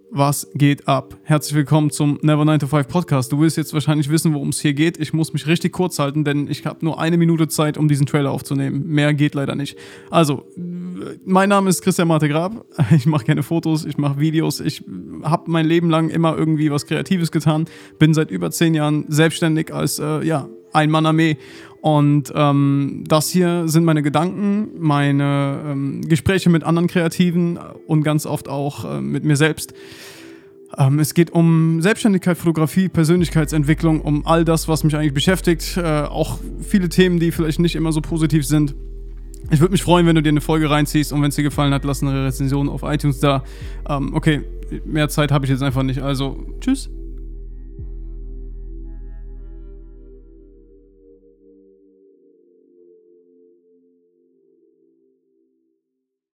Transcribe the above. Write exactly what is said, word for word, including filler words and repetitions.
Was geht ab? Herzlich willkommen zum Never nine to five Podcast. Du willst jetzt wahrscheinlich wissen, worum es hier geht. Ich muss mich richtig kurz halten, denn ich habe nur eine Minute Zeit, um diesen Trailer aufzunehmen. Mehr geht leider nicht. Also, mein Name ist Christian Marte Grab. Ich mache gerne Fotos, ich mache Videos. Ich habe mein Leben lang immer irgendwie was Kreatives getan. Bin seit über zehn Jahren selbstständig als, äh, ja, Ein-Mann-Armee. Und ähm, das hier sind meine Gedanken, meine ähm, Gespräche mit anderen Kreativen und ganz oft auch äh, mit mir selbst. Ähm, es geht um Selbstständigkeit, Fotografie, Persönlichkeitsentwicklung, um all das, was mich eigentlich beschäftigt. Äh, auch viele Themen, die vielleicht nicht immer so positiv sind. Ich würde mich freuen, wenn du dir eine Folge reinziehst und wenn es dir gefallen hat, lass eine Rezension auf iTunes da. Ähm, okay, mehr Zeit habe ich jetzt einfach nicht, also tschüss.